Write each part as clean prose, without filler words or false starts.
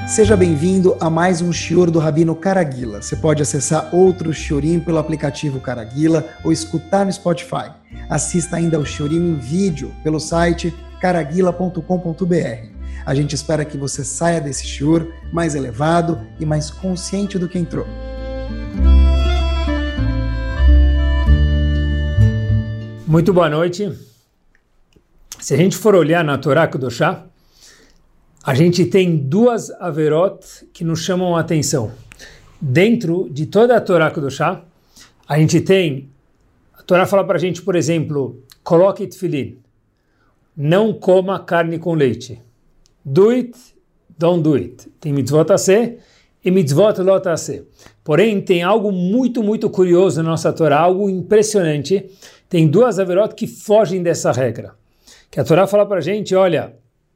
Seja bem-vindo a mais um shiur do Rabino Caraguila. Você pode acessar outro shiurim pelo aplicativo Caraguila ou escutar no Spotify. Assista ainda ao shiurim em vídeo pelo site caraguila.com.br. A gente espera que você saia desse shiur mais elevado e mais consciente do que entrou. Muito boa noite. Se a gente for olhar na Torá Kedoshá, a gente tem duas averot que nos chamam a atenção. Dentro de toda a Torá Kedoshá, a gente tem, a Torá fala para a gente, por exemplo, coloque tefilin, não coma carne com leite. Do it, don't do it. Tem mitzvot aseh e mitzvot lot aseh. Porém, tem algo muito, muito curioso na nossa Torá, algo impressionante. Tem duas averot que fogem dessa regra. Que a Torá fala para a gente, olha,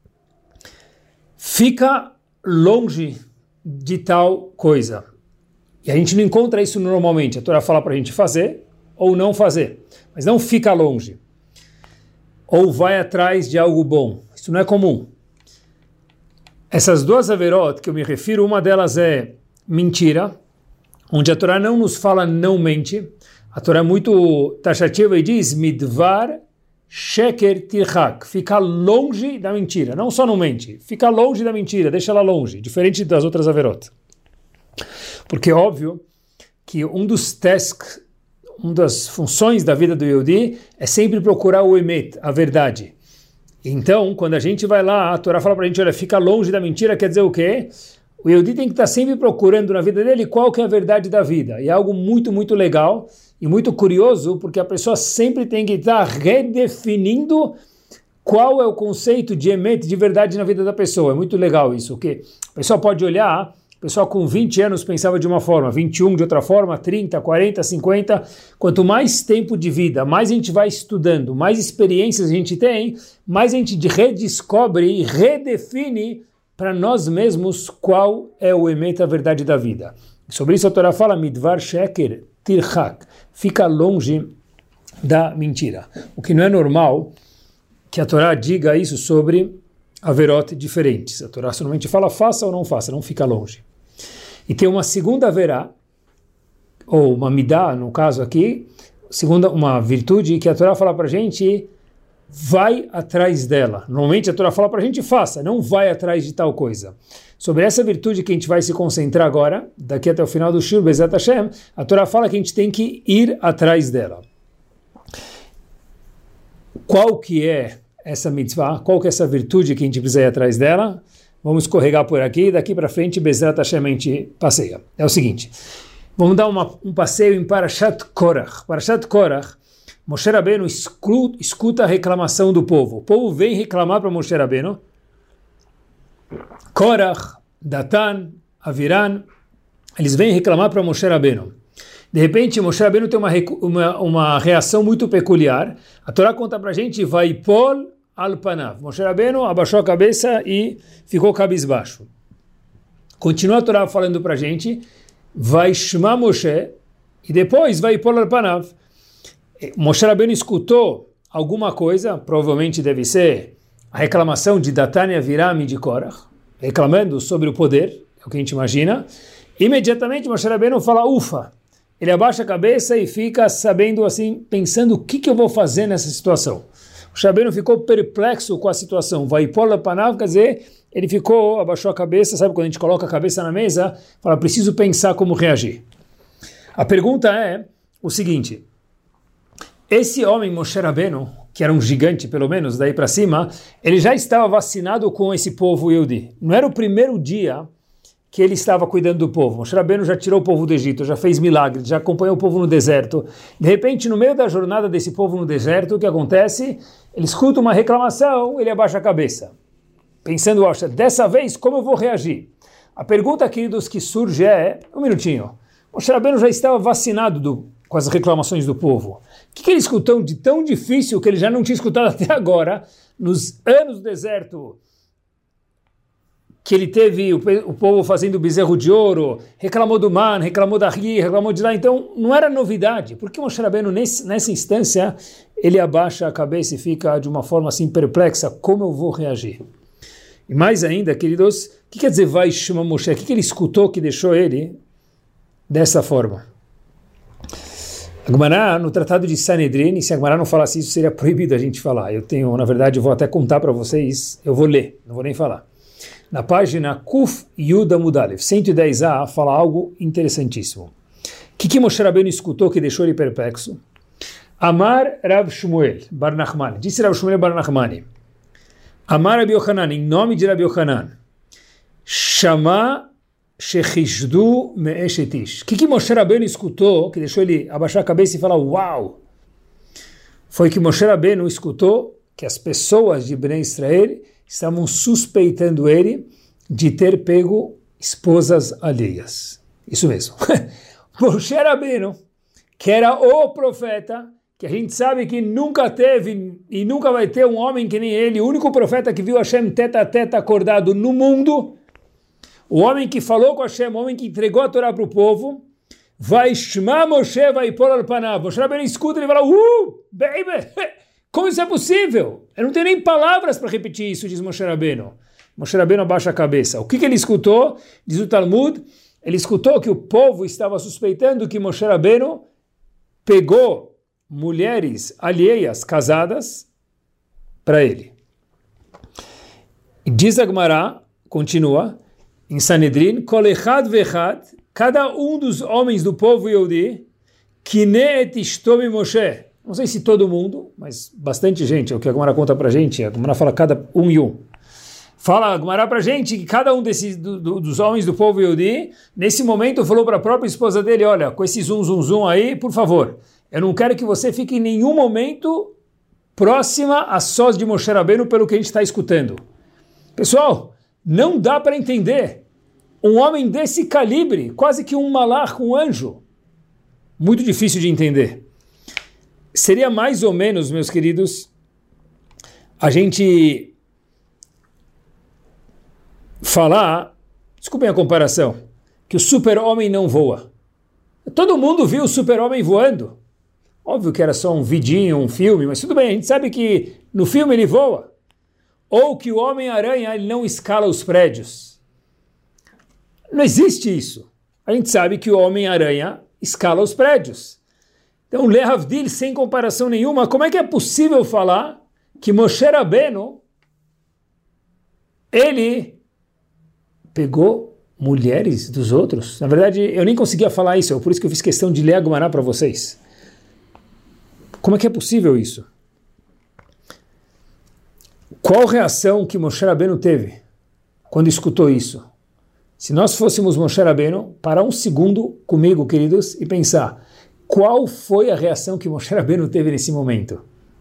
fica longe de tal coisa. E a gente não encontra isso normalmente. A Torá fala para a gente fazer ou não fazer. Mas não fica longe. Ou vai atrás de algo bom. Isso não é comum. Essas duas averot que eu me refiro, uma delas é mentira, onde a Torá não nos fala não mente. A Torá é muito taxativa e diz midvar sheker tirhak, fica longe da mentira, não só não mente, fica longe da mentira, deixa ela longe, diferente das outras averot. Porque é óbvio que um dos tasks, uma das funções da vida do Yehudi é sempre procurar o emet, a verdade. Então, quando a gente vai lá, a Torá fala pra gente, olha, fica longe da mentira, quer dizer o quê? O Yehudi tem que estar sempre procurando na vida dele qual que é a verdade da vida. E é algo muito, muito legal e muito curioso, porque a pessoa sempre tem que estar redefinindo qual é o conceito de emet, de verdade na vida da pessoa. É muito legal isso, porque a pessoa pode olhar, a pessoa com 20 anos pensava de uma forma, 21 de outra forma, 30, 40, 50. Quanto mais tempo de vida, mais a gente vai estudando, mais experiências a gente tem, mais a gente redescobre e redefine para nós mesmos qual é o emet, a verdade da vida. Sobre isso a Torá fala, midvar sheker tirhak, fica longe da mentira. O que não é normal que a Torá diga isso sobre averot diferentes. A Torá somente fala faça ou não faça, não fica longe. E tem uma segunda averá, ou uma midá, no caso aqui, segunda, uma virtude que a Torá fala para a gente, vai atrás dela. Normalmente a Torá fala para a gente faça, não vai atrás de tal coisa. Sobre essa virtude que a gente vai se concentrar agora, daqui até o final do Shur, Bezat Hashem, a Torá fala que a gente tem que ir atrás dela. Qual que é essa mitzvah? Qual que é essa virtude que a gente precisa ir atrás dela? Vamos escorregar por aqui, daqui para frente, Bezat Hashem, a gente passeia. É o seguinte, vamos dar um passeio em Parashat Korach. Parashat Korach, Moshe Rabbeinu escuta a reclamação do povo. O povo vem reclamar para Moshe Rabbeinu. Korach, Datan, Aviran, eles vêm reclamar para Moshe Rabbeinu. De repente, Moshe Rabbeinu tem uma reação muito peculiar. A Torá conta para a gente, Vaipol al panav. Moshe Rabbeinu abaixou a cabeça e ficou cabisbaixo. Continua a Torá falando para a gente, Vaishma Moshe, e depois Vaipol al panav. Moshe Rabbeinu escutou alguma coisa, provavelmente deve ser a reclamação de Datan e Aviram e de Korach, reclamando sobre o poder, é o que a gente imagina. Imediatamente Moshe Rabbeinu fala, ufa, ele abaixa a cabeça e fica sabendo assim, pensando o que eu vou fazer nessa situação. Moshe Rabbeinu ficou perplexo com a situação, vai pôr panav, quer dizer, ele ficou, abaixou a cabeça, sabe quando a gente coloca a cabeça na mesa, fala, preciso pensar como reagir. A pergunta é o seguinte, esse homem, Moshe Rabbeinu, que era um gigante, pelo menos, daí para cima, ele já estava vacinado com esse povo Yehudi. Não era o primeiro dia que ele estava cuidando do povo. Moshe Rabbeinu já tirou o povo do Egito, já fez milagres, já acompanhou o povo no deserto. De repente, no meio da jornada desse povo no deserto, o que acontece? Ele escuta uma reclamação, ele abaixa a cabeça. Pensando, dessa vez, como eu vou reagir? A pergunta, queridos, que surge é, um minutinho, Moshe Rabbeinu já estava vacinado com as reclamações do povo. O que ele escutou de tão difícil que ele já não tinha escutado até agora, nos anos do deserto, que ele teve o povo fazendo bezerro de ouro, reclamou do man, reclamou da ri, reclamou de lá, então não era novidade. Por que Moshe Rabbeinu, nessa instância, ele abaixa a cabeça e fica de uma forma assim perplexa, como eu vou reagir? E mais ainda, queridos, o que quer dizer vai chamar Moshe? O que ele escutou que deixou ele dessa forma? A Gemara, no Tratado de Sanedrin, se a Gemara não falasse isso, seria proibido a gente falar. Eu tenho, na verdade, eu vou até contar para vocês, eu vou ler, não vou nem falar. Na página Kuf Yud Amud Aleph, 110a, fala algo interessantíssimo. O que Moshe Rabbeinu escutou que deixou ele perplexo? Amar Rav Shmuel Bar Nachman, disse Rav Shmuel Bar Nachmani, Amar Rabi Yochanan, em nome de Rabi Yochanan, Shama Shechishdu Me'eshetish. O que Moshe Rabbeinu escutou, que deixou ele abaixar a cabeça e falar, uau! Foi que Moshe Rabbeinu escutou que as pessoas de Bnei Israel estavam suspeitando ele de ter pego esposas alheias. Isso mesmo. Moshe Rabbeinu, que era o profeta, que a gente sabe que nunca teve e nunca vai ter um homem que nem ele, o único profeta que viu Hashem teta a teta acordado no mundo, o homem que falou com Hashem, o homem que entregou a Torá para o povo, vai Shema Moshe, vai pôr al panav. Moshe Rabbeinu escuta e fala, baby, como isso é possível? Eu não tenho nem palavras para repetir isso, diz Moshe Rabbeinu. Moshe Rabbeinu abaixa a cabeça. O que ele escutou? Diz o Talmud, ele escutou que o povo estava suspeitando que Moshe Rabbeinu pegou mulheres alheias, casadas, para ele. E diz a Gemara, continua, em Sanedrin, Kol echad vechad, cada um dos homens do povo Yehudi, Kineh et ishto Moshe, não sei se todo mundo, mas bastante gente, é o que a Gemara conta para a gente, a Gemara fala cada um e um. Fala a Gemara para a gente que cada um desses, dos homens do povo Yehudi, nesse momento falou para a própria esposa dele, olha, com esse zum aí, por favor, eu não quero que você fique em nenhum momento próxima a sós de Moshe Rabbeinu pelo que a gente está escutando. Pessoal, não dá para entender um homem desse calibre, quase que um malach, um anjo. Muito difícil de entender. Seria mais ou menos, meus queridos, a gente falar, desculpem a comparação, que o super-homem não voa. Todo mundo viu o super-homem voando. Óbvio que era só um vidinho, um filme, mas tudo bem, a gente sabe que no filme ele voa. Ou que o Homem-Aranha ele não escala os prédios. Não existe isso. A gente sabe que o Homem-Aranha escala os prédios. Então, Lehavdil, sem comparação nenhuma, como é que é possível falar que Moshe Rabbeinu, ele pegou mulheres dos outros? Na verdade, eu nem conseguia falar isso, por isso que eu fiz questão de ler a Gemara para vocês. Como é que é possível isso? Qual reação que Moshe Rabbeinu teve quando escutou isso? Se nós fôssemos Moshe Rabbeinu, parar um segundo comigo, queridos, e pensar, qual foi a reação que Moshe Rabbeinu teve nesse momento?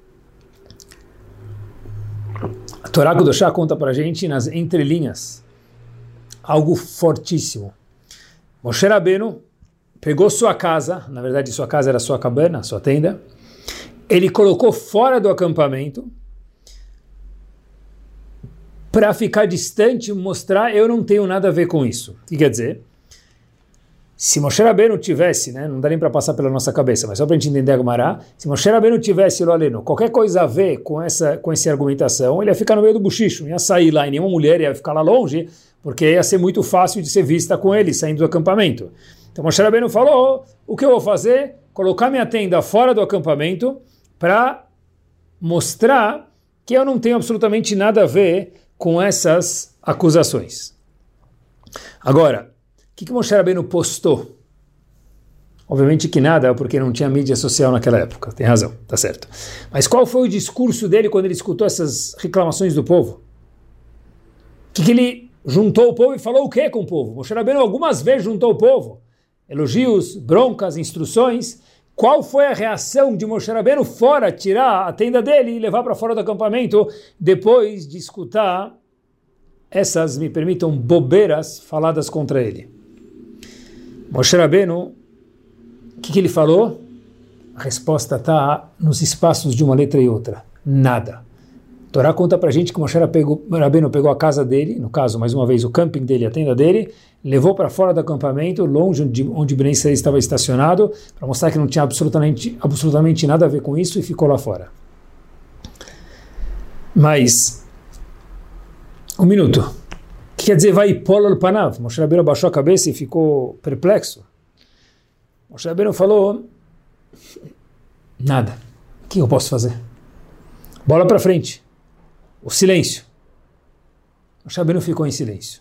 A Torá Kedoshá conta para a gente, nas entrelinhas, algo fortíssimo. Moshe Rabbeinu pegou sua casa, na verdade sua casa era sua cabana, sua tenda, ele colocou fora do acampamento, para ficar distante, mostrar, eu não tenho nada a ver com isso. O que quer dizer? Se Moshe Rabbeinu tivesse, não dá nem para passar pela nossa cabeça, mas só para a gente entender a Gemara, se Moshe Rabbeinu tivesse, qualquer coisa a ver com essa argumentação, ele ia ficar no meio do buchicho, não ia sair lá, e nenhuma mulher ia ficar lá longe, porque ia ser muito fácil de ser vista com ele, saindo do acampamento. Então Moshe Rabbeinu falou, o que eu vou fazer? Colocar minha tenda fora do acampamento, para mostrar que eu não tenho absolutamente nada a ver com essas acusações. Agora, o que Moshe Rabbeinu postou? Obviamente que nada, porque não tinha mídia social naquela época, tem razão, tá certo. Mas qual foi o discurso dele quando ele escutou essas reclamações do povo? O que ele juntou o povo e falou o que com o povo? Moshe Rabbeinu algumas vezes juntou o povo. Elogios, broncas, instruções. Qual foi a reação de Moshe Rabbeinu fora, tirar a tenda dele e levar para fora do acampamento, depois de escutar essas, me permitam, bobeiras faladas contra ele? Moshe Rabbeinu, o que ele falou? A resposta está nos espaços de uma letra e outra. Nada. A Torá conta para a gente que Moshe Rabbeinu pegou a casa dele, no caso, mais uma vez, o camping dele, a tenda dele, levou para fora do acampamento, longe de onde Bnei Israel estava estacionado, para mostrar que não tinha absolutamente nada a ver com isso, e ficou lá fora. Mas Um minuto. O que quer dizer vai polo panav? Moshe Rabbeinu abaixou a cabeça e ficou perplexo. Moshe Rabbeinu falou, nada. O que eu posso fazer? Bola para frente. O silêncio. Moshe Rabbeinu ficou em silêncio.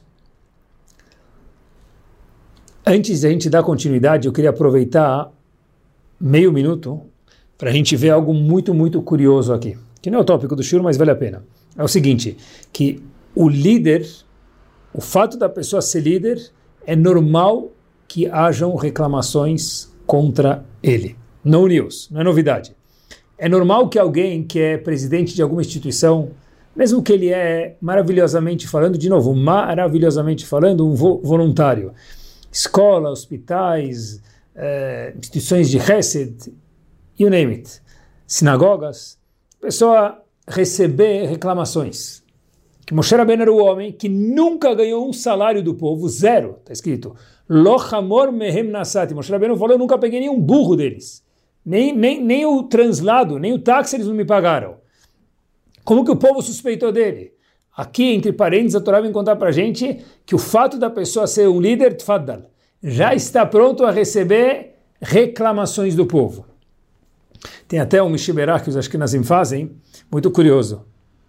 Antes de a gente dar continuidade, eu queria aproveitar meio minuto para a gente ver algo muito, muito curioso aqui. Que não é o tópico do shiur, mas vale a pena. É o seguinte, que o líder, o fato da pessoa ser líder, é normal que hajam reclamações contra ele. No news, não é novidade. É normal que alguém que é presidente de alguma instituição, mesmo que ele é maravilhosamente falando, de novo, maravilhosamente falando, um voluntário, escola, hospitais, instituições de Hesed, you name it, sinagogas, pessoa receber reclamações. Que Moshe Rabbeinu era o homem que nunca ganhou um salário do povo, zero, está escrito. Lo chamor mehem nasati. Moshe Rabbeinu falou, eu nunca peguei nem um burro deles. Nem o translado, nem o táxi eles não me pagaram. Como que o povo suspeitou dele? Aqui, entre parênteses, a Torá vem contar para a gente que o fato da pessoa ser um líder, tfaddal, já está pronto a receber reclamações do povo. Tem até um Mishiberah que os Ashkenazim fazem, muito curioso.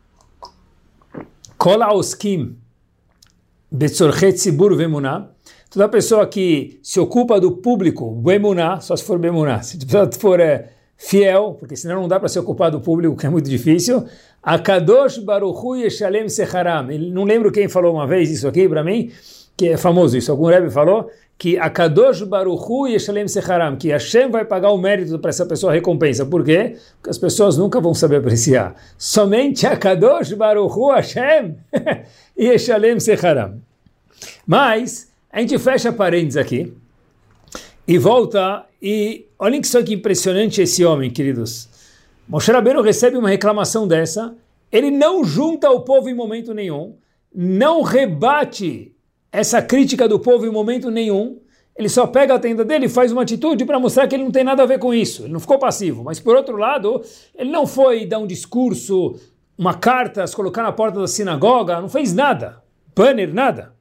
Kol haoskim betzorchei tzibur vemunah, toda pessoa que se ocupa do público, bemunah, só se for bemunah, se for fiel, porque senão não dá para se ocupar do público, que é muito difícil, Akadosh Baruch Hu Yeshalem Secharam. Não lembro quem falou uma vez isso aqui para mim, que é famoso isso, algum Rebbe falou, que Akadosh Baruch Hu Yeshalem Secharam, que Hashem vai pagar o mérito para essa pessoa, a recompensa. Por quê? Porque as pessoas nunca vão saber apreciar. Somente Akadosh Baruch Hu Hashem Yeshalem Secharam. Mas, a gente fecha parênteses aqui e volta, e olhem que só que impressionante esse homem, queridos. Moshe Rabbeinu recebe uma reclamação dessa, ele não junta o povo em momento nenhum, não rebate essa crítica do povo em momento nenhum, ele só pega a tenda dele e faz uma atitude para mostrar que ele não tem nada a ver com isso, ele não ficou passivo, mas por outro lado, ele não foi dar um discurso, uma carta, se colocar na porta da sinagoga, não fez nada, banner, nada.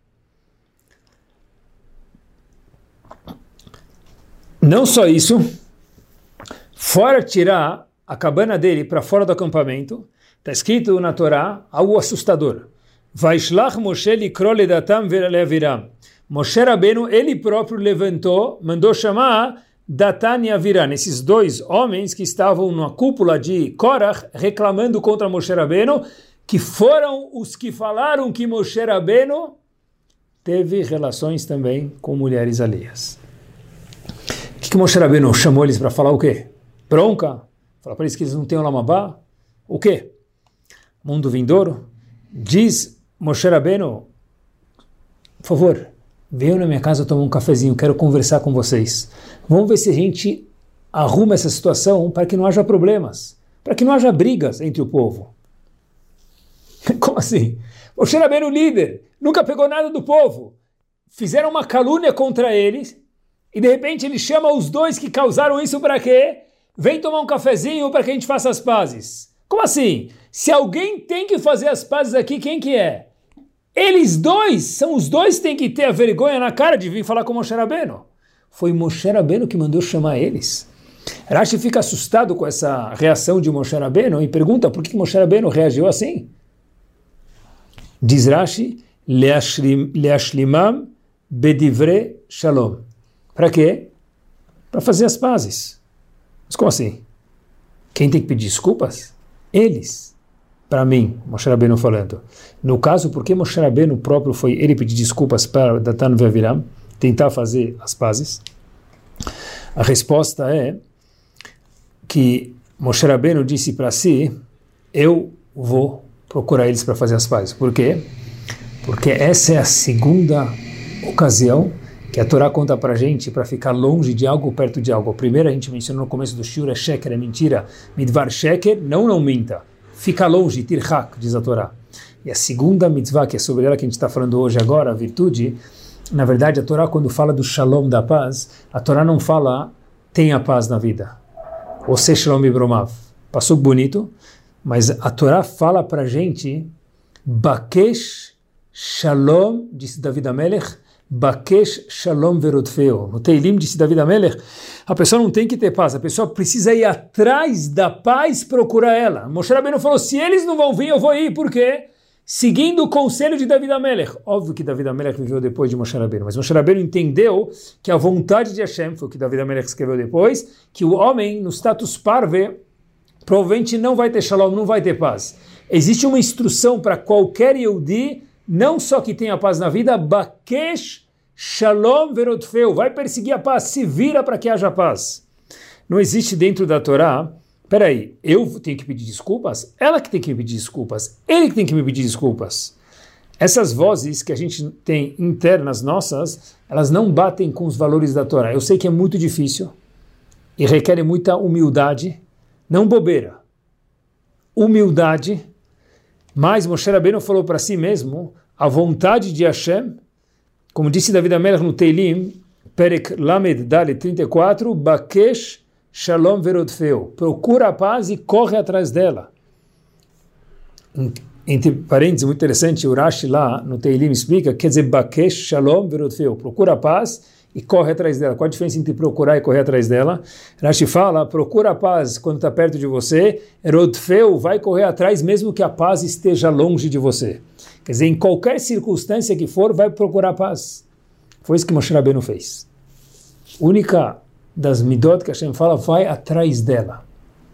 Não só isso, fora tirar a cabana dele para fora do acampamento, está escrito na Torá algo assustador. Vaishlach Moshe likro ledatam ve'aviram. Moshe Rabbeinu, ele próprio levantou, mandou chamar Datan e Aviram, esses dois homens que estavam na cúpula de Korach, reclamando contra Moshe Rabbeinu, que foram os que falaram que Moshe Rabbeinu teve relações também com mulheres alheias. O que Moshe Rabbeinu chamou eles para falar o quê? Bronca? Falar para eles que eles não têm o Lamabá? O quê? Mundo vindouro? Diz Moshe Rabbeinu, por favor, venham na minha casa tomar um cafezinho, quero conversar com vocês. Vamos ver se a gente arruma essa situação para que não haja problemas, para que não haja brigas entre o povo. Como assim? Moshe Rabbeinu, líder, nunca pegou nada do povo. Fizeram uma calúnia contra eles e de repente ele chama os dois que causaram isso para quê? Vem tomar um cafezinho para que a gente faça as pazes. Como assim? Se alguém tem que fazer as pazes aqui, quem que é? Eles dois, são os dois que têm que ter a vergonha na cara de vir falar com Moshe Rabbeinu. Foi Moshe Rabbeinu que mandou chamar eles. Rashi fica assustado com essa reação de Moshe Rabbeinu e pergunta por que Moshe Rabbeinu reagiu assim. Diz Rashi, Leashlimam bedivre shalom. Para quê? Para fazer as pazes. Mas como assim? Quem tem que pedir desculpas? Eles. Para mim, Moshe Rabbeinu falando. No caso, por que Moshe Rabbeinu próprio foi ele pedir desculpas para Datan e Aviram, tentar fazer as pazes? A resposta é que Moshe Rabbeinu disse para si, eu vou procurar eles para fazer as pazes. Por quê? Porque essa é a segunda ocasião que a Torá conta para a gente para ficar longe de algo, perto de algo. A primeira a gente mencionou no começo do shiur, é sheker, é mentira. Midvar sheker, não minta. Fica longe, tirhak, diz a Torá. E a segunda mitzvah, que é sobre ela que a gente está falando hoje agora, a virtude, na verdade a Torá quando fala do shalom, da paz, a Torá não fala tenha paz na vida. Ou se shalom ibromav. Passou bonito, mas a Torá fala para a gente bakesh Shalom, disse David HaMelech, Bakesh Shalom Verodfeo. No Teilim, disse David HaMelech, a pessoa não tem que ter paz, a pessoa precisa ir atrás da paz, procurar ela. Moshe Rabbeinu falou, se eles não vão vir, eu vou ir. Por quê? Seguindo o conselho de David HaMelech. Óbvio que David HaMelech viveu depois de Moshe Rabbeinu, mas Moshe Rabbeinu entendeu que a vontade de Hashem, foi o que David HaMelech escreveu depois, que o homem, no status parve, provavelmente não vai ter shalom, não vai ter paz. Existe uma instrução para qualquer Yehudi, não só que tenha paz na vida, Bakesh Shalom Verodfeu, vai perseguir a paz, se vira para que haja paz. Não existe dentro da Torá, peraí, eu tenho que pedir desculpas? Ela que tem que me pedir desculpas, ele que tem que me pedir desculpas. Essas vozes que a gente tem internas nossas, elas não batem com os valores da Torá. Eu sei que é muito difícil e requer muita humildade, não bobeira, humildade, mas Moshe Rabbeinu falou para si mesmo, a vontade de Hashem, como disse David HaMelech no Teilim, Perek Lamed Dalet 34, Bakesh Shalom Verodfeu, procura a paz e corre atrás dela. Entre parênteses, muito interessante, o Rashi lá no Teilim explica, quer dizer, Bakesh Shalom Verodfeu, procura a paz e corre atrás dela. Qual a diferença entre procurar e correr atrás dela? Rashi fala, procura a paz quando está perto de você, Rodfeu vai correr atrás mesmo que a paz esteja longe de você. Quer dizer, em qualquer circunstância que for, vai procurar a paz. Foi isso que Moshe Rabbeinu fez. Única das midot que Hashem fala, vai atrás dela.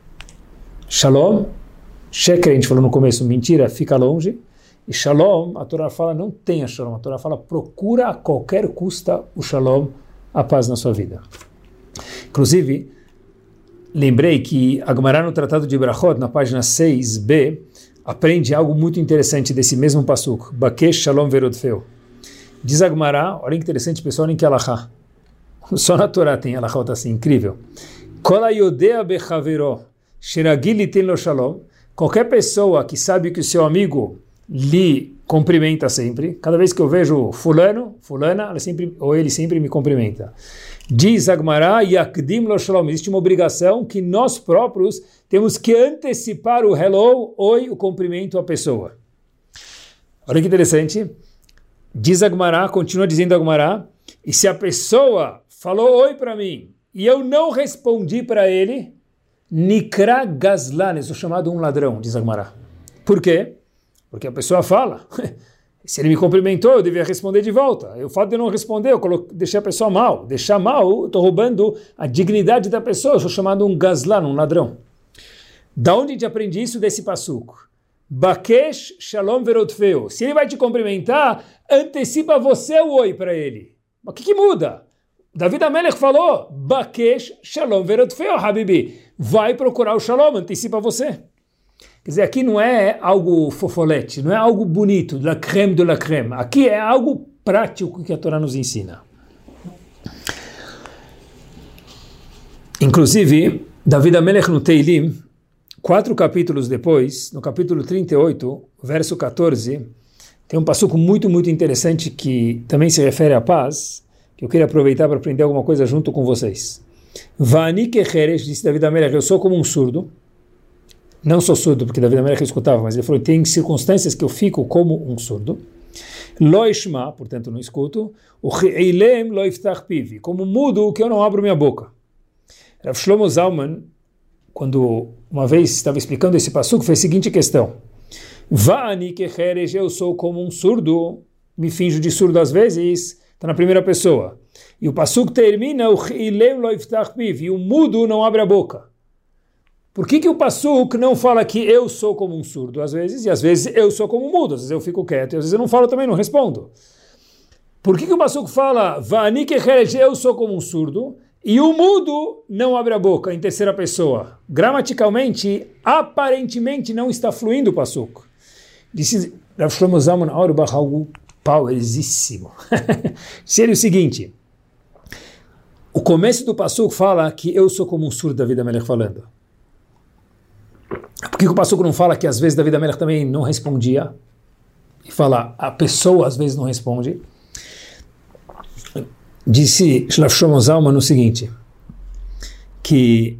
Shalom, sheker, a gente falou no começo, mentira, fica longe. E shalom, a Torá fala, não tenha shalom. A Torá fala, procura a qualquer custa o shalom, a paz na sua vida. Inclusive, lembrei que a Gemara no Tratado de Brachot, na página 6b, aprende algo muito interessante desse mesmo pasuk, Bakesh Shalom Verodfeu. Diz a Gemara, olha que interessante, pessoal, olha que alachá. Só na Torá tem alachá, tá assim, incrível. Kol hayodea bechavero, sheragil iten lo shalom. Qualquer pessoa que sabe que o seu amigo lhe cumprimenta sempre. Cada vez que eu vejo fulano, fulana, ela sempre, ou ele sempre me cumprimenta. Diz Agmará, Yakdim lo shalom. Existe uma obrigação que nós próprios temos que antecipar o hello, oi, o cumprimento à pessoa. Olha que interessante. Diz Agmará, continua dizendo Agmará, e se a pessoa falou oi para mim e eu não respondi para ele, Nikra Gazlan, eu sou chamado um ladrão, diz Agmará. Por quê? Porque a pessoa fala, se ele me cumprimentou, eu devia responder de volta. O fato de eu não responder, eu deixei a pessoa mal. Deixar mal, eu estou roubando a dignidade da pessoa, eu sou chamado um gazlan, um ladrão. Da onde a gente aprende isso desse passuco? Bakesh Shalom Verodfeu. Se ele vai te cumprimentar, antecipa você o oi para ele. Mas o que muda? David HaMelech falou, Bakesh Shalom Verodfeu, Habibi. Vai procurar o Shalom, antecipa você. Quer dizer, aqui não é algo fofolete, não é algo bonito, la crème de la crème. Aqui é algo prático que a Torá nos ensina. Inclusive, David HaMelech no Teilim, 4 capítulos depois, no capítulo 38, verso 14, tem um passuco muito, muito interessante que também se refere à paz, que eu queria aproveitar para aprender alguma coisa junto com vocês. Vani kecheresh, disse David HaMelech, eu sou como um surdo. Não sou surdo, porque David HaMelech escutava, mas ele falou, tem circunstâncias que eu fico como um surdo. Lo ishma, portanto não escuto. O re'eilem lo iftach pivi, como mudo que eu não abro minha boca. Rav Shlomo Zalman, quando uma vez estava explicando esse passuco, fez a seguinte questão. Va'ani kecheresh, eu sou como um surdo, me finjo de surdo às vezes, está na primeira pessoa. E o passuco termina, o re'eilem lo iftach pivi, e o mudo não abre a boca. Por que o passuco não fala que eu sou como um surdo às vezes, e às vezes eu sou como um mudo, às vezes eu fico quieto, e às vezes eu não falo também, não respondo? Por que o passuco fala, Va'ani kecheresh, eu sou como um surdo, e o mudo não abre a boca em terceira pessoa? Gramaticalmente, aparentemente não está fluindo o passuco. Disse Rav Shlomo Zalman Auerbach algo powerosíssimo. Disse ele o seguinte, o começo do passuco fala que eu sou como um surdo, David HaMelech falando. Por que o passuco não fala que às vezes David HaMelech também não respondia? E fala, a pessoa às vezes não responde. Disse Rav Shlomo Zalman o seguinte, que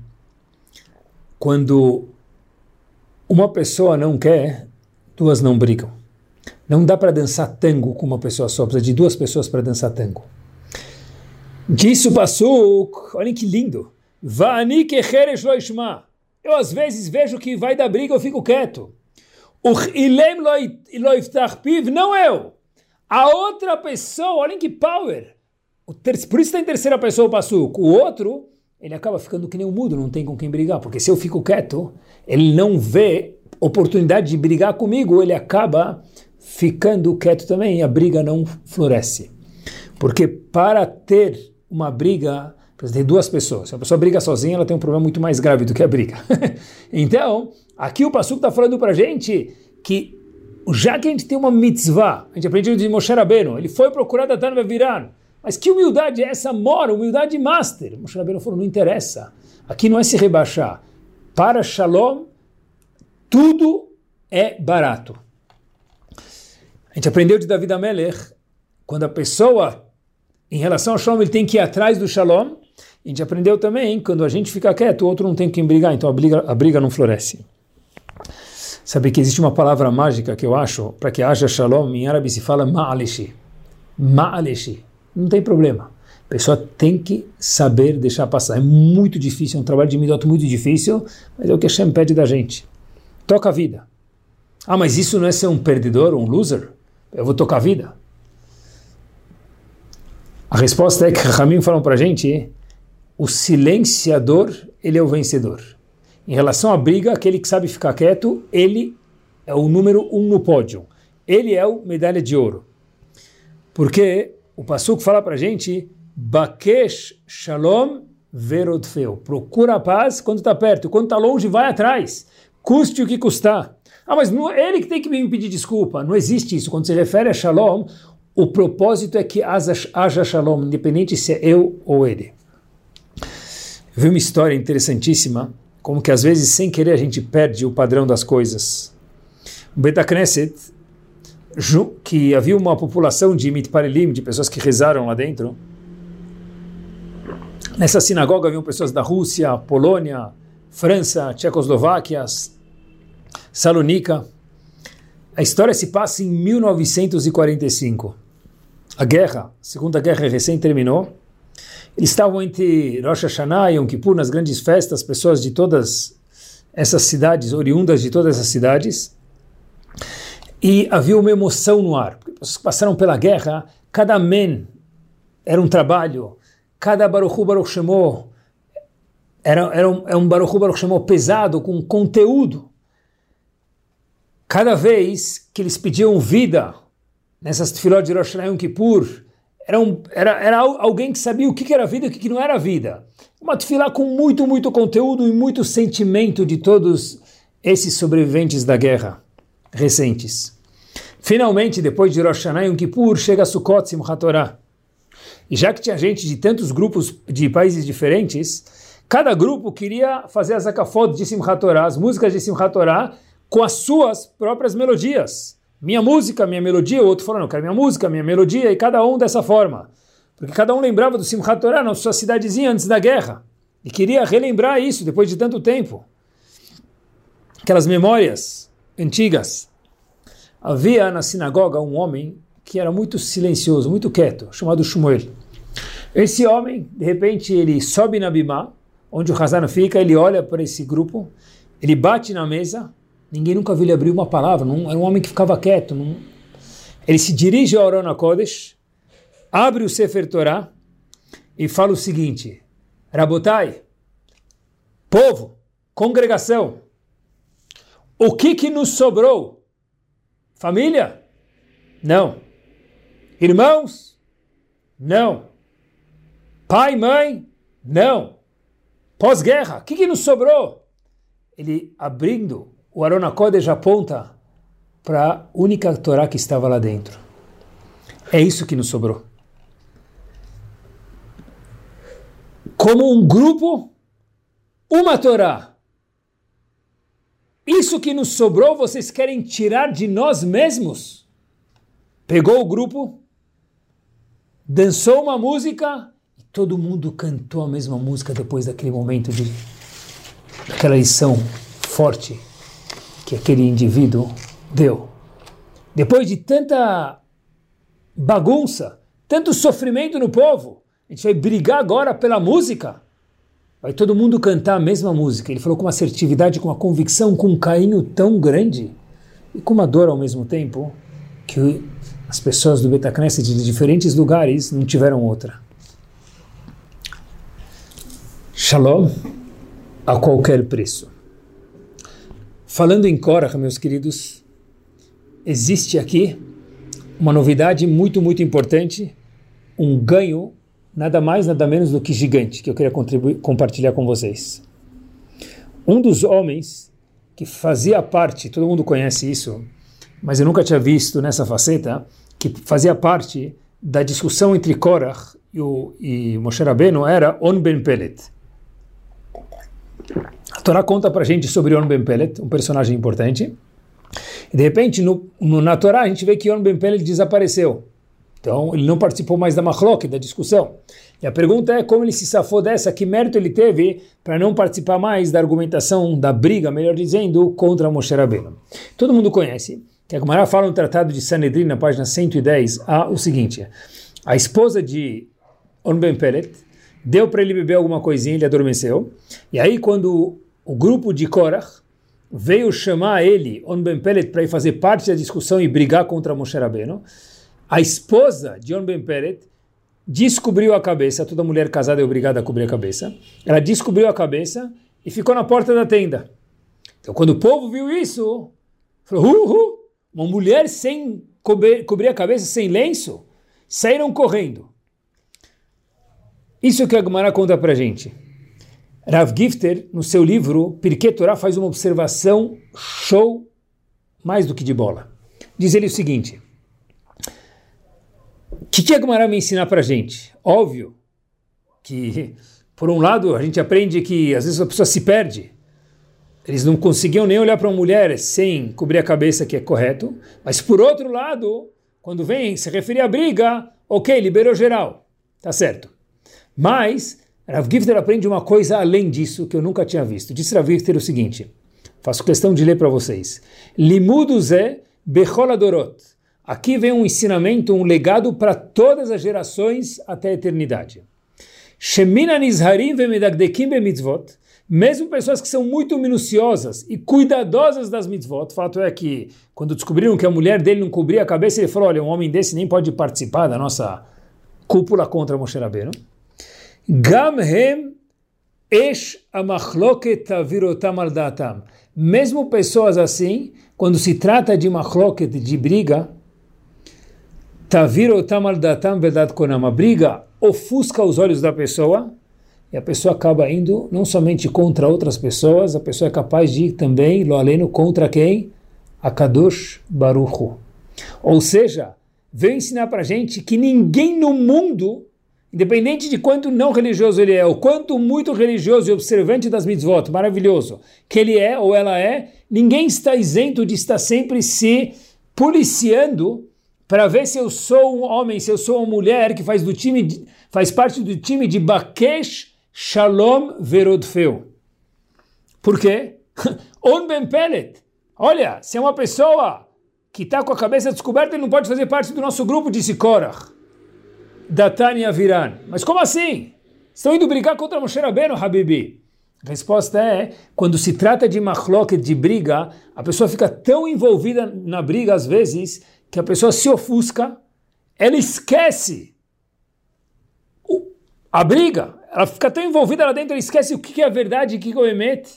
quando uma pessoa não quer, duas não brigam. Não dá para dançar tango com uma pessoa só, precisa de 2 pessoas para dançar tango. Diz o Pasuk, olhem que lindo. Va'ani kecheresh lo ishma. Eu às vezes vejo que vai dar briga, eu fico quieto. Ilem lo iftach piv, não eu. A outra pessoa, olhem que power. Por isso está em terceira pessoa o Pasuk. O outro, ele acaba ficando que nem um mudo, não tem com quem brigar. Porque se eu fico quieto, ele não vê oportunidade de brigar comigo, ele acaba ficando quieto também e a briga não floresce. Porque para ter uma briga, precisa ter 2 pessoas. Se a pessoa briga sozinha, ela tem um problema muito mais grave do que a briga. Então, aqui o Pasuk está falando para a gente que, já que a gente tem uma mitzvah, a gente aprendeu de Moshe Rabbeinu, ele foi procurar Datan e Aviram, mas que humildade é essa? Humildade master. Moshe Rabbeinu falou, não interessa. Aqui não é se rebaixar. Para Shalom, tudo é barato. A gente aprendeu de David HaMelech, quando a pessoa, em relação ao Shalom, ele tem que ir atrás do Shalom. A gente aprendeu também, quando a gente fica quieto, o outro não tem com quem brigar, então a briga não floresce. Sabe que existe uma palavra mágica que eu acho, para que haja Shalom, em árabe se fala ma'aleshi. Ma'aleshi. Não tem problema. A pessoa tem que saber deixar passar. É muito difícil, é um trabalho de midot muito difícil, mas é o que Hashem pede da gente. Toca a vida. Ah, mas isso não é ser um perdedor, um loser? Eu vou tocar a vida? A resposta é que Rahamim falam para a gente, o silenciador, ele é o vencedor. Em relação à briga, aquele que sabe ficar quieto, ele é o número 1 no pódio. Ele é o medalha de ouro. Porque o Pasuk fala para a gente, Bakesh Shalom Verodfeu. Procura a paz quando está perto. Quando está longe, vai atrás. Custe o que custar. Ah, mas não é ele que tem que me pedir desculpa. Não existe isso. Quando se refere a Shalom, o propósito é que haja Shalom, independente se é eu ou ele. Eu vi uma história interessantíssima, como que às vezes, sem querer, a gente perde o padrão das coisas. O Beit HaKnesset, que havia uma população de mitparelim, de pessoas que rezaram lá dentro. Nessa sinagoga haviam pessoas da Rússia, Polônia, França, Tchecoslováquia, Salônica. A história se passa em 1945. A guerra, a Segunda Guerra recém terminou. Eles estavam entre Rosh Hashanah e Yom Kippur, nas grandes festas, pessoas de todas essas cidades, oriundas de todas essas cidades. E havia uma emoção no ar. Pessoas que passaram pela guerra, cada amém era um trabalho, cada Baruch Hu Baruch Shemo era um Baruch Hu Baruch Shemo pesado, com conteúdo. Cada vez que eles pediam vida nessas tefilot de Rosh Hashanah e Yom Kippur, era alguém que sabia o que era vida e o que não era vida. Uma tefilá com muito, muito conteúdo e muito sentimento de todos esses sobreviventes da guerra recentes. Finalmente, depois de Rosh Hashanah e Yom Kippur, chega Sukkot, Simchat Torah. E já que tinha gente de tantos grupos de países diferentes, cada grupo queria fazer as zakafot de Simchat Torah, as músicas de Simchat Torah, com as suas próprias melodias. Minha música, minha melodia, o outro falando, eu quero minha música, minha melodia, e cada um dessa forma. Porque cada um lembrava do Simchat Torah na sua cidadezinha antes da guerra. E queria relembrar isso depois de tanto tempo. Aquelas memórias antigas. Havia na sinagoga um homem que era muito silencioso, muito quieto, chamado Shmuel. Esse homem, de repente, ele sobe na bimá, onde o Hazan fica, ele olha para esse grupo, ele bate na mesa. Ninguém nunca viu ele abrir uma palavra, era um homem que ficava quieto. Ele se dirige ao Aron HaKodesh, abre o Sefer Torah e fala o seguinte, Rabotai, povo, congregação, o que nos sobrou? Família? Não. Irmãos? Não. Pai, mãe? Não. Pós-guerra, o que nos sobrou? Ele abrindo o Aron HaKodesh aponta para a única Torá que estava lá dentro. É isso que nos sobrou. Como um grupo, uma Torá. Isso que nos sobrou, vocês querem tirar de nós mesmos? Pegou o grupo, dançou uma música e todo mundo cantou a mesma música depois daquele momento daquela lição forte que aquele indivíduo deu. Depois de tanta bagunça, tanto sofrimento no povo, a gente vai brigar agora pela música? Vai todo mundo cantar a mesma música. Ele falou com uma assertividade, com uma convicção, com um carinho tão grande e com uma dor ao mesmo tempo, que as pessoas do Beit HaKnesset de diferentes lugares não tiveram outra. Shalom a qualquer preço. Falando em Korach, meus queridos, existe aqui uma novidade muito, muito importante, um ganho nada mais, nada menos do que gigante, que eu queria compartilhar com vocês. Um dos homens que fazia parte, todo mundo conhece isso, mas eu nunca tinha visto nessa faceta, que fazia parte da discussão entre Korach e Moshe Rabbeinu, era On Ben Pelet. A Torá conta pra gente sobre On Ben Pelet, um personagem importante, e de repente na Torá a gente vê que On Ben Pelet desapareceu. Então ele não participou mais da machlok, da discussão. E a pergunta é como ele se safou dessa, que mérito ele teve para não participar mais da argumentação, da briga, melhor dizendo, contra Moshe Rabbeinu. Todo mundo conhece que a Gemara fala no Tratado de Sanedrin, na página 110, o seguinte: a esposa de On Ben Pelet deu para ele beber alguma coisinha, ele adormeceu, e aí quando o grupo de Korach veio chamar ele, On Ben Pelet, para ir fazer parte da discussão e brigar contra Moshe Rabbeinu, a esposa de On Ben Pelet descobriu a cabeça, toda mulher casada é obrigada a cobrir a cabeça, ela descobriu a cabeça e ficou na porta da tenda. Então quando o povo viu isso, falou, uma mulher sem cobrir a cabeça, sem lenço, saíram correndo. Isso que a Gemara conta pra gente. Rav Gifter, no seu livro Pirkei Torah, faz uma observação show mais do que de bola. Diz ele o seguinte: o que a Gemara me ensinar pra gente? Óbvio que, por um lado, a gente aprende que às vezes a pessoa se perde. Eles não conseguiam nem olhar para uma mulher sem cobrir a cabeça, que é correto. Mas, por outro lado, quando vem se referir à briga, ok, liberou geral. Tá certo. Mas Rav Gifter aprende uma coisa além disso que eu nunca tinha visto. Disse Rav Gifter o seguinte, faço questão de ler para vocês. Limudu ze bechol adorot. Aqui vem um ensinamento, um legado para todas as gerações até a eternidade. Shemina nizharim vemedagdekim bemitzvot. Mesmo pessoas que são muito minuciosas e cuidadosas das mitzvot, o fato é que quando descobriram que a mulher dele não cobria a cabeça, ele falou, olha, um homem desse nem pode participar da nossa cúpula contra Moshe Rabbeinu. Gam hem esh amachloket tavirotam al daatam. Mesmo pessoas assim, quando se trata de machloket, de briga, tavirotam al daatam verdad konam, a briga ofusca os olhos da pessoa, e a pessoa acaba indo não somente contra outras pessoas, a pessoa é capaz de ir também, lo aleno, contra quem? A Kadosh Baruch Hu. Ou seja, veio ensinar para a gente que ninguém no mundo, independente de quanto não religioso ele é, ou quanto muito religioso e observante das mitzvot, maravilhoso, que ele é ou ela é, ninguém está isento de estar sempre se policiando para ver se eu sou um homem, se eu sou uma mulher que faz parte do time de Bakesh Shalom Verodfeu. Por quê? On Ben Pelet. Olha, se é uma pessoa que está com a cabeça descoberta, ele não pode fazer parte do nosso grupo, disse Korach. Datan e Aviran. Mas como assim? Estão indo brigar contra Moshe Rabbeinu, Habibi? A resposta é, quando se trata de machloket, de briga, a pessoa fica tão envolvida na briga, às vezes, que a pessoa se ofusca, ela esquece a briga, ela fica tão envolvida lá dentro, ela esquece o que é a verdade e o que é o emet.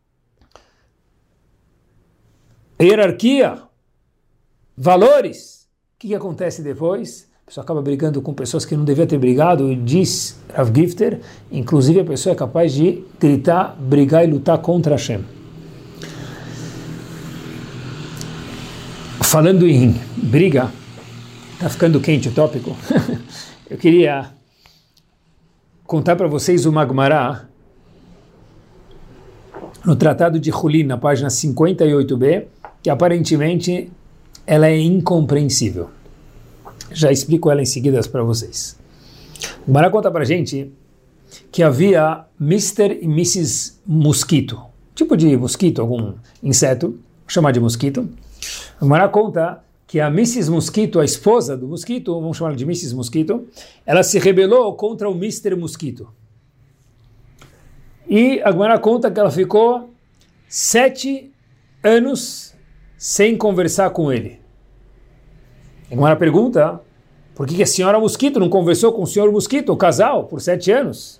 Hierarquia, valores. O que acontece depois? A pessoa acaba brigando com pessoas que não devia ter brigado, e diz Rav Gifter, inclusive a pessoa é capaz de gritar, brigar e lutar contra Hashem. Falando em briga, está ficando quente o tópico, eu queria contar para vocês uma Gemara no Tratado de Hulin, na página 58b, que aparentemente ela é incompreensível. Já explico ela em seguida para vocês. O Gemara conta para a gente que havia Mr. e Mrs. Mosquito, tipo de mosquito, algum inseto, vou chamar de mosquito. O Gemara conta que a Mrs. Mosquito, a esposa do mosquito, vamos chamar de Mrs. Mosquito, ela se rebelou contra o Mr. Mosquito. E a Gemara conta que ela ficou 7 anos sem conversar com ele. A Gemara pergunta, por que a senhora Mosquito não conversou com o senhor Mosquito, o casal, por 7 anos?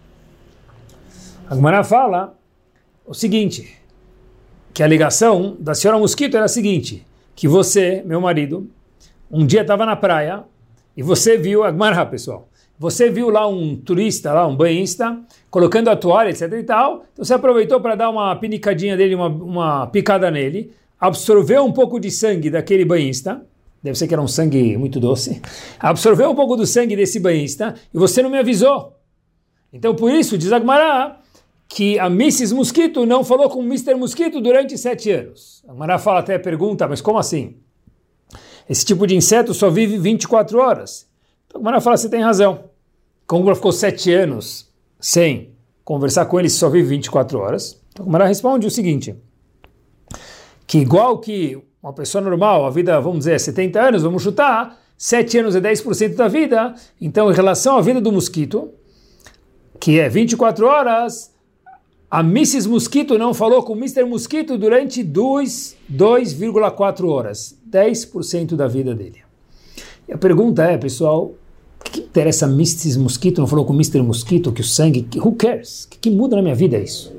A Gemara fala o seguinte, que a alegação da senhora Mosquito era a seguinte, que você, meu marido, um dia estava na praia e você viu, a Gemara, pessoal, você viu lá um turista, lá um banhista, colocando a toalha, etc e tal, então você aproveitou para dar uma pinicadinha dele, uma picada nele, absorveu um pouco de sangue daquele banhista, deve ser que era um sangue muito doce, absorveu um pouco do sangue desse banhista e você não me avisou. Então por isso, diz a Gemara, que a Mrs. Mosquito não falou com o Mr. Mosquito durante 7 anos. A Gemara fala até, pergunta, mas como assim? Esse tipo de inseto só vive 24 horas. Então a Gemara fala, você tem razão. Como ela ficou 7 anos sem conversar com ele, só vive 24 horas. Então a Gemara responde o seguinte, que igual que uma pessoa normal, a vida, vamos dizer, 70 anos, vamos chutar, 7 anos é 10% da vida, então em relação à vida do mosquito, que é 24 horas, a Mrs. Mosquito não falou com o Mr. Mosquito durante 2,4 horas, 10% da vida dele. E a pergunta é, pessoal, o que interessa a Mrs. Mosquito não falou com o Mr. Mosquito, que o sangue, who cares? O que muda na minha vida é isso?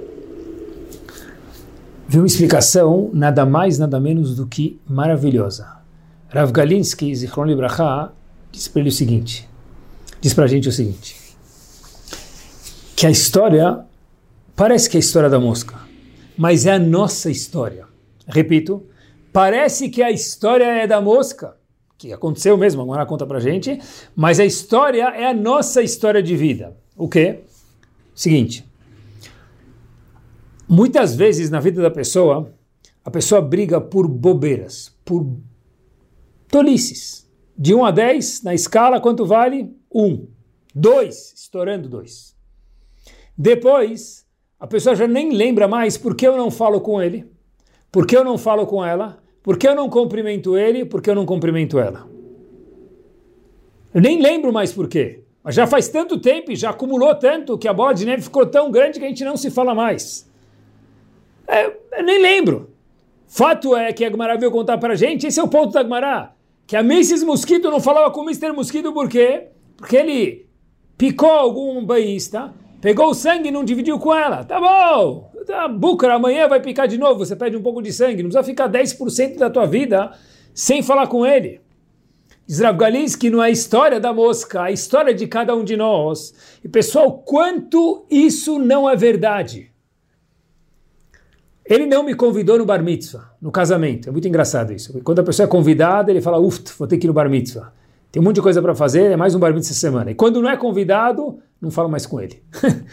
Viu uma explicação nada mais, nada menos do que maravilhosa. Rav Galinsky, Zichron Libraha, diz para ele o seguinte, diz para a gente o seguinte, que a história parece que é a história da mosca, mas é a nossa história. Repito, parece que a história é da mosca, que aconteceu mesmo, agora conta pra gente, mas a história é a nossa história de vida. O quê? Seguinte, muitas vezes na vida da pessoa, a pessoa briga por bobeiras, por tolices. De 1 a 10, na escala, quanto vale? 1. 2, estourando 2. Depois, a pessoa já nem lembra mais por que eu não falo com ele, por que eu não falo com ela, por que eu não cumprimento ele, por que eu não cumprimento ela. Eu nem lembro mais por quê, mas já faz tanto tempo e já acumulou tanto que a bola de neve ficou tão grande que a gente não se fala mais. Eu nem lembro. Fato é que a Gemara veio contar para a gente, esse é o ponto da Gemara, que a Mrs. Mosquito não falava com o Mr. Mosquito por quê? Porque ele picou algum banhista, pegou o sangue e não dividiu com ela. Tá bom, a búcara amanhã vai picar de novo, você perde um pouco de sangue, não precisa ficar 10% da tua vida sem falar com ele. Diz Rav Galinsky, não é a história da mosca, a história de cada um de nós. E pessoal, quanto isso não é verdade. Ele não me convidou no bar mitzvah, no casamento. É muito engraçado isso. Quando a pessoa é convidada, ele fala, vou ter que ir no bar mitzvah. Tem um monte de coisa para fazer, é mais um bar mitzvah essa semana. E quando não é convidado, não falo mais com ele.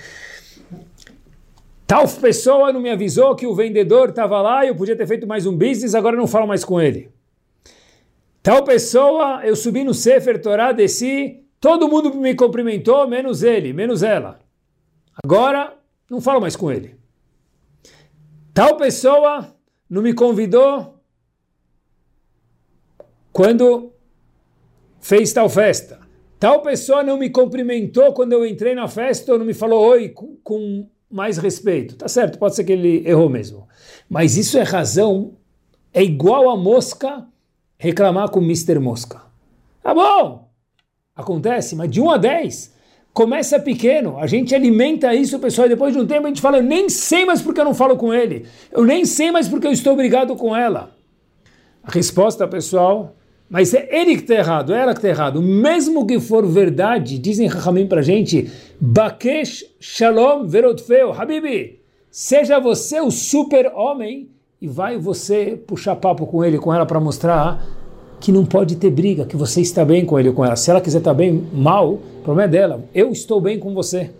Tal pessoa não me avisou que o vendedor estava lá e eu podia ter feito mais um business, agora eu não falo mais com ele. Tal pessoa, eu subi no Sefer Torah, desci, todo mundo me cumprimentou, menos ele, menos ela. Agora, não falo mais com ele. Tal pessoa não me convidou quando fez tal festa. Tal pessoa não me cumprimentou quando eu entrei na festa ou não me falou oi com mais respeito. Tá certo, pode ser que ele errou mesmo. Mas isso é razão, é igual a mosca reclamar com o Mr. Mosca. Tá bom, acontece, mas de 1 a 10, começa pequeno, a gente alimenta isso, pessoal, e depois de um tempo a gente fala, eu nem sei mais porque eu não falo com ele, eu nem sei mais porque eu estou brigado com ela. A resposta, pessoal, mas é ele que está errado, é ela que está errado. Mesmo que for verdade, dizem Chachamim pra gente, Bakesh Shalom Verotfeu, Habibi, seja você o super homem e vai você puxar papo com ele, com ela, para mostrar que não pode ter briga, que você está bem com ele ou com ela. Se ela quiser estar bem, mal, o problema é dela. Eu estou bem com você.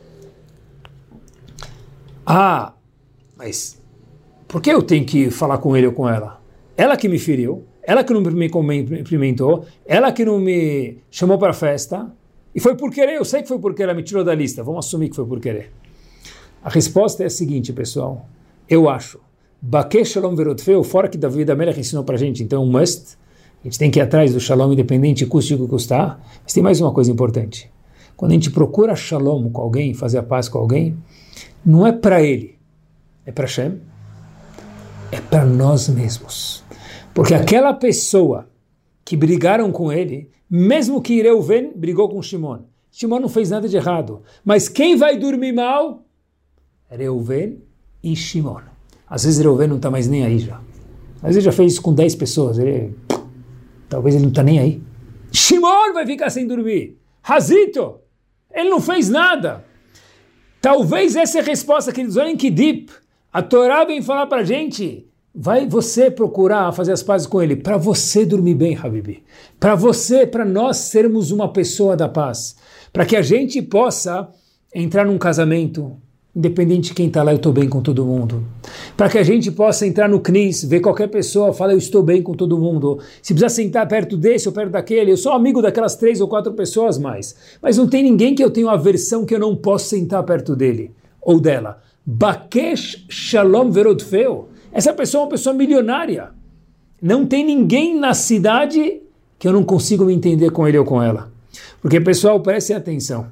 Ah, mas por que eu tenho que falar com ele ou com ela? Ela que me feriu, ela que não me cumprimentou, ela que não me chamou para a festa, e foi por querer, eu sei que foi por querer, ela me tirou da lista, vamos assumir que foi por querer. A resposta é a seguinte, pessoal, eu acho Bakesh Shalom Verotfeu, fora que David Amelech ensinou para a gente, então um must, a gente tem que ir atrás do Shalom independente, custe o que custar, mas tem mais uma coisa importante. Quando a gente procura Shalom com alguém, fazer a paz com alguém, não é para ele, é para Hashem, é para nós mesmos. Porque aquela pessoa que brigaram com ele, mesmo que Reuven brigou com Shimon, Shimon não fez nada de errado, mas quem vai dormir mal? Reuven e Shimon. Às vezes Reuven não está mais nem aí já. Às vezes já fez isso com 10 pessoas, talvez ele não está nem aí. Shimon vai ficar sem dormir. Hazito, ele não fez nada. Talvez essa é a resposta, queridos. Olhem que deep. A Torá vem falar para a gente, vai você procurar fazer as pazes com ele, para você dormir bem, Habibi. Para você, para nós sermos uma pessoa da paz. Para que a gente possa entrar num casamento, independente de quem está lá, eu estou bem com todo mundo. Para que a gente possa entrar no CNIS, ver qualquer pessoa, falar eu estou bem com todo mundo. Se precisar sentar perto desse ou perto daquele, eu sou amigo daquelas 3 ou 4 pessoas mais. Mas não tem ninguém que eu tenha aversão que eu não possa sentar perto dele ou dela. Bakesh Shalom Verodfeu. Essa pessoa é uma pessoa milionária. Não tem ninguém na cidade que eu não consigo me entender com ele ou com ela. Porque, pessoal, prestem atenção.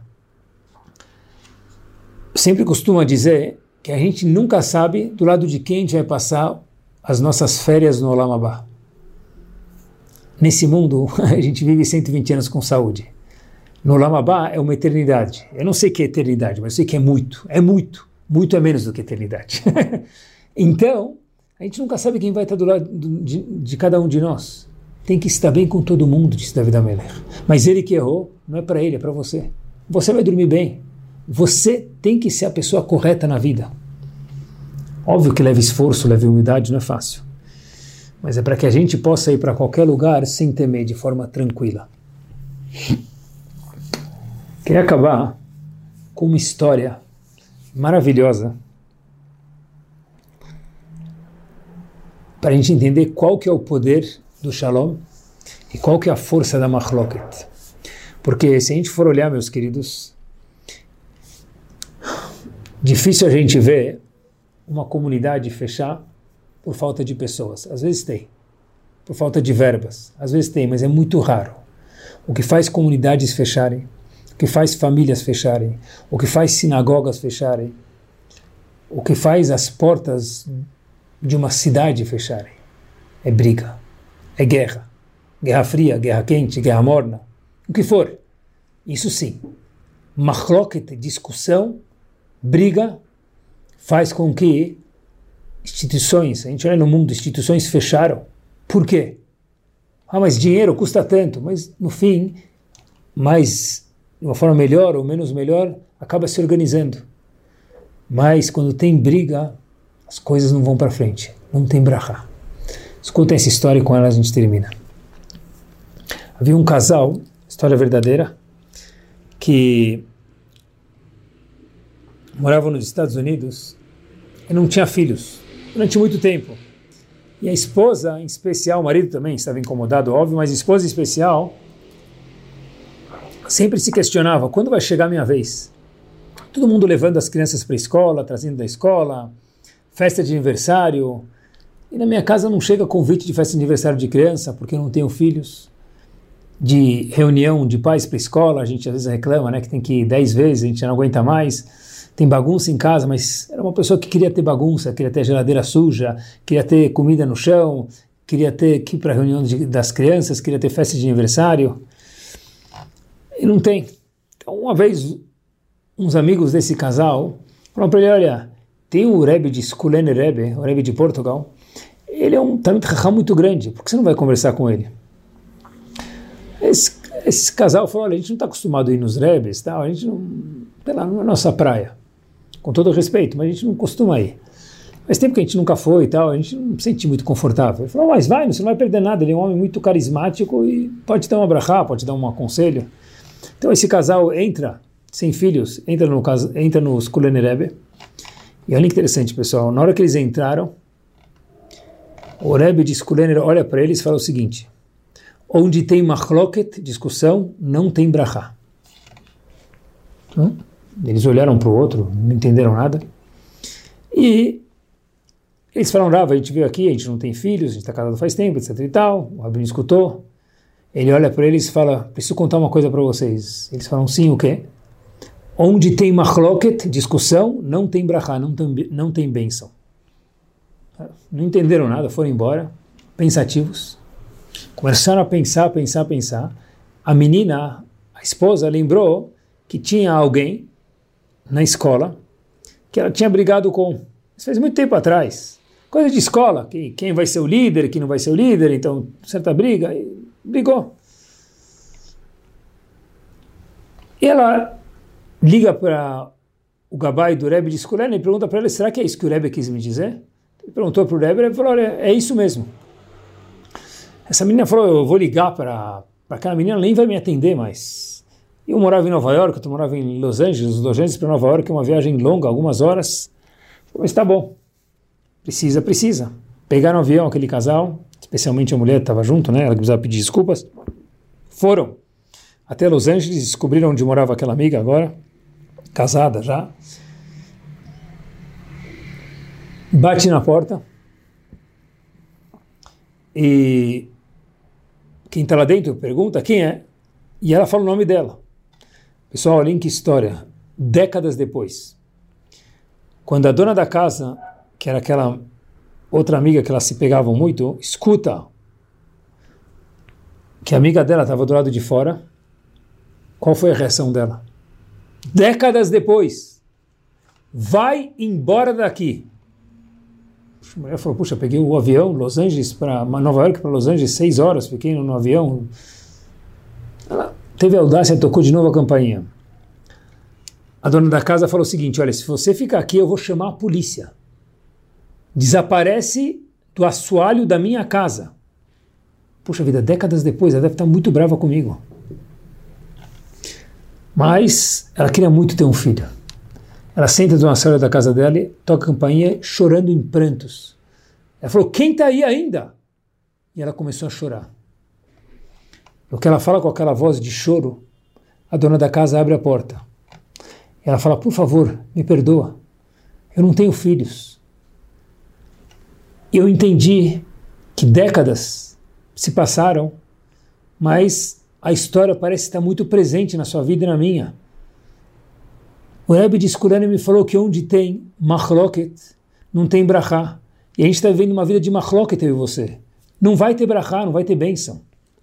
Sempre costumo dizer que a gente nunca sabe do lado de quem a gente vai passar as nossas férias no Olam Abba. Nesse mundo, a gente vive 120 anos com saúde. No Olam Abba é uma eternidade. Eu não sei o que é eternidade, mas eu sei que é muito. É muito. Muito é menos do que eternidade. Então, a gente nunca sabe quem vai estar do lado de cada um de nós. Tem que estar bem com todo mundo, disse David Amelech. Mas ele que errou, não é para ele, é para você. Você vai dormir bem. Você tem que ser a pessoa correta na vida. Óbvio que leva esforço, leva humildade, não é fácil. Mas é para que a gente possa ir para qualquer lugar sem temer, de forma tranquila. Queria acabar com uma história maravilhosa para a gente entender qual que é o poder do Shalom e qual que é a força da Machloket. Porque se a gente for olhar, meus queridos, difícil a gente ver uma comunidade fechar por falta de pessoas. Às vezes tem, por falta de verbas. Às vezes tem, mas é muito raro. O que faz comunidades fecharem, o que faz famílias fecharem, o que faz sinagogas fecharem, o que faz as portas de uma cidade fecharem, é briga, é guerra. Guerra fria, guerra quente, guerra morna, o que for. Isso sim. Machloket, discussão, briga, faz com que instituições, a gente olha no mundo, instituições fecharam. Por quê? Mas dinheiro custa tanto, mas no fim, mais de uma forma melhor ou menos melhor, acaba se organizando. Mas quando tem briga, as coisas não vão para frente, não tem brachá. Escutem essa história e com ela a gente termina. Havia um casal, história verdadeira, que morava nos Estados Unidos e não tinha filhos durante muito tempo. E a esposa, em especial, o marido também estava incomodado, óbvio, mas a esposa em especial sempre se questionava, quando vai chegar a minha vez? Todo mundo levando as crianças para a escola, trazendo da escola, festa de aniversário, e na minha casa não chega convite de festa de aniversário de criança, porque eu não tenho filhos, de reunião de pais para a escola, a gente às vezes reclama, né, que tem que ir 10 vezes, a gente já não aguenta mais, tem bagunça em casa, mas era uma pessoa que queria ter bagunça, queria ter geladeira suja, queria ter comida no chão, queria ter que ir para a reunião das crianças, queria ter festa de aniversário, e não tem. Então uma vez, uns amigos desse casal falaram para ele, olha, tem o Rebbe de Skulen Rebbe, o Rebbe de Portugal, ele é um Talmid Chacham muito grande, por que você não vai conversar com ele? Esse casal falou, olha, a gente não está acostumado a ir nos Rebbes, tá? A gente não, sei lá, não é nossa praia, com todo respeito, mas a gente não costuma ir. Faz tempo que a gente nunca foi e tal, a gente não se sente muito confortável. Ele falou, mas vai, você não vai perder nada, ele é um homem muito carismático e pode te dar uma brachá, pode te dar um aconselho. Então esse casal entra, sem filhos, entra no Skulen Rebbe, e olha que interessante, pessoal, na hora que eles entraram, o Rebbe de Skulen Rebbe olha para eles e fala o seguinte, onde tem machloket, discussão, não tem brachá. Eles olharam para o outro, não entenderam nada, e Eles falaram, Rav, a gente veio aqui, a gente não tem filhos, a gente está casado faz tempo, etc e tal. O Rabino escutou. Ele olha para eles e fala, preciso contar uma coisa para vocês. Eles falam, sim, o quê? Onde tem machloket, discussão, não tem brachá, não tem bênção. Não entenderam nada, foram embora, pensativos. Começaram a pensar. A menina, a esposa, lembrou que tinha alguém na escola que ela tinha brigado com. Isso faz muito tempo atrás. Coisa de escola, que quem vai ser o líder, quem não vai ser o líder, então certa briga, e brigou. E ela liga para o Gabai do Rebbe de Skulen e pergunta para ele, será que é isso que o Rebbe quis me dizer? Ele perguntou para o Rebbe, ele falou, olha, é isso mesmo. Essa menina falou, eu vou ligar para aquela menina, ela nem vai me atender mais. Eu morava em Nova York, eu morava em Los Angeles para Nova York, é uma viagem longa, algumas horas. Mas tá bom, precisa. Pegaram um avião, aquele casal, especialmente a mulher que estava junto, né? Ela precisava pedir desculpas. Foram até Los Angeles, descobriram onde morava aquela amiga agora, casada já. Bate na porta e quem está lá dentro pergunta quem é, e ela fala o nome dela. Pessoal, olhem que história. Décadas depois, quando a dona da casa, que era aquela outra amiga que elas se pegavam muito, escuta que a amiga dela estava do lado de fora, qual foi a reação dela? Décadas depois, vai embora daqui. A mulher falou, puxa, peguei o avião, Los Angeles para Nova York, para Los Angeles, 6 horas, fiquei no avião. Ela teve a audácia, tocou de novo a campainha. A dona da casa falou o seguinte, olha, se você ficar aqui, eu vou chamar a polícia. Desaparece do assoalho da minha casa. Puxa vida, décadas depois, ela deve estar muito brava comigo. Mas ela queria muito ter um filho. Ela senta no assoalho da casa dela, toca a campainha, chorando em prantos. Ela falou, quem está aí ainda? E ela começou a chorar. No que ela fala com aquela voz de choro, a dona da casa abre a porta. Ela fala, por favor, me perdoa, eu não tenho filhos. Eu entendi que décadas se passaram, mas a história parece estar muito presente na sua vida e na minha. O Rebbe de Skulen me falou que onde tem machloket, não tem brachá. E a gente está vivendo uma vida de machloket, eu e você. Não vai ter brachá, não vai ter bênção.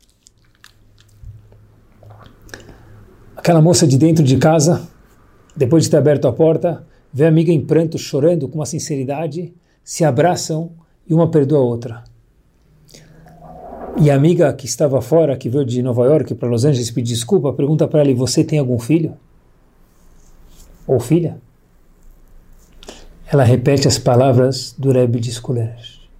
Aquela moça de dentro de casa, depois de ter aberto a porta, vê a amiga em pranto, chorando com uma sinceridade, se abraçam e uma perdoa a outra. E a amiga que estava fora, que veio de Nova York para Los Angeles pedir desculpa, pergunta para ela, e você tem algum filho? Ou filha? Ela repete as palavras do Rebbe de Skulen.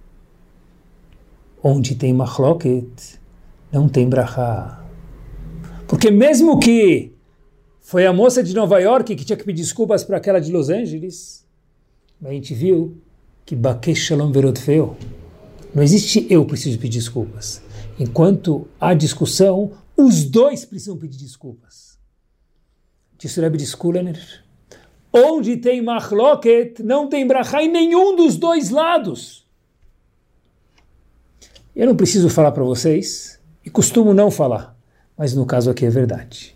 Onde tem machloket, não tem brachá. Porque mesmo que foi a moça de Nova York que tinha que pedir desculpas para aquela de Los Angeles, a gente viu que Bakesh Shalom Verot Feo. Não existe eu preciso pedir desculpas. Enquanto há discussão, os dois precisam pedir desculpas. Disse o Rebbe de Skulen, onde tem machloket, não tem brachá em nenhum dos dois lados. Eu não preciso falar para vocês, e costumo não falar, mas no caso aqui é verdade.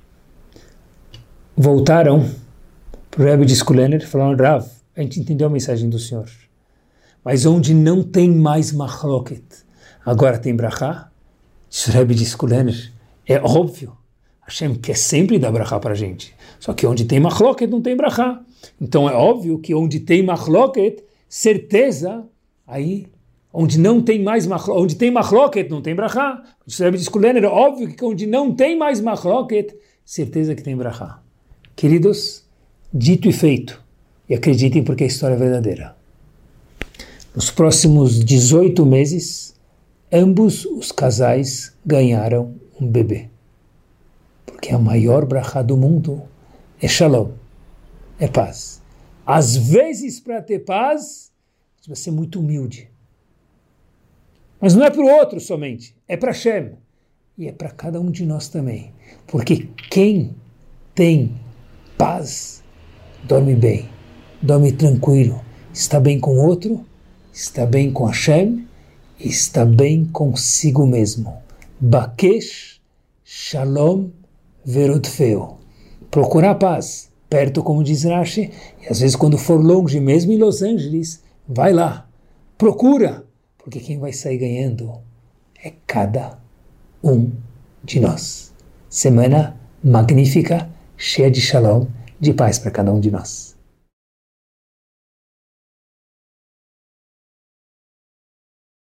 Voltaram para o Rebbe de Skulen e falaram, Rav, a gente entendeu a mensagem do Senhor, mas onde não tem mais machloket, agora tem brachá? Disse o Rebbe de Skulen, é óbvio, Hashem quer sempre dar brachá para a gente. Só que onde tem machloket não tem brachá. Então é óbvio que onde tem machloket, certeza, aí, onde não tem mais machloket, onde tem machloket não tem brachá. O Rebbe de Skulen é óbvio que onde não tem mais machloket, certeza que tem brachá. Queridos, dito e feito, e acreditem porque a história é verdadeira. Nos próximos 18 meses, ambos os casais ganharam um bebê. Porque a maior brachá do mundo é shalom, é paz. Às vezes, para ter paz, você vai ser muito humilde. Mas não é para o outro somente, é para Hashem. E é para cada um de nós também. Porque quem tem paz, dorme bem, dorme tranquilo, está bem com o outro, está bem com Hashem e está bem consigo mesmo. Bakesh Shalom Verodfeo. Procurar paz, perto como diz Rashi, e às vezes quando for longe, mesmo em Los Angeles, vai lá, procura, porque quem vai sair ganhando é cada um de nós. Semana magnífica, cheia de Shalom, de paz para cada um de nós.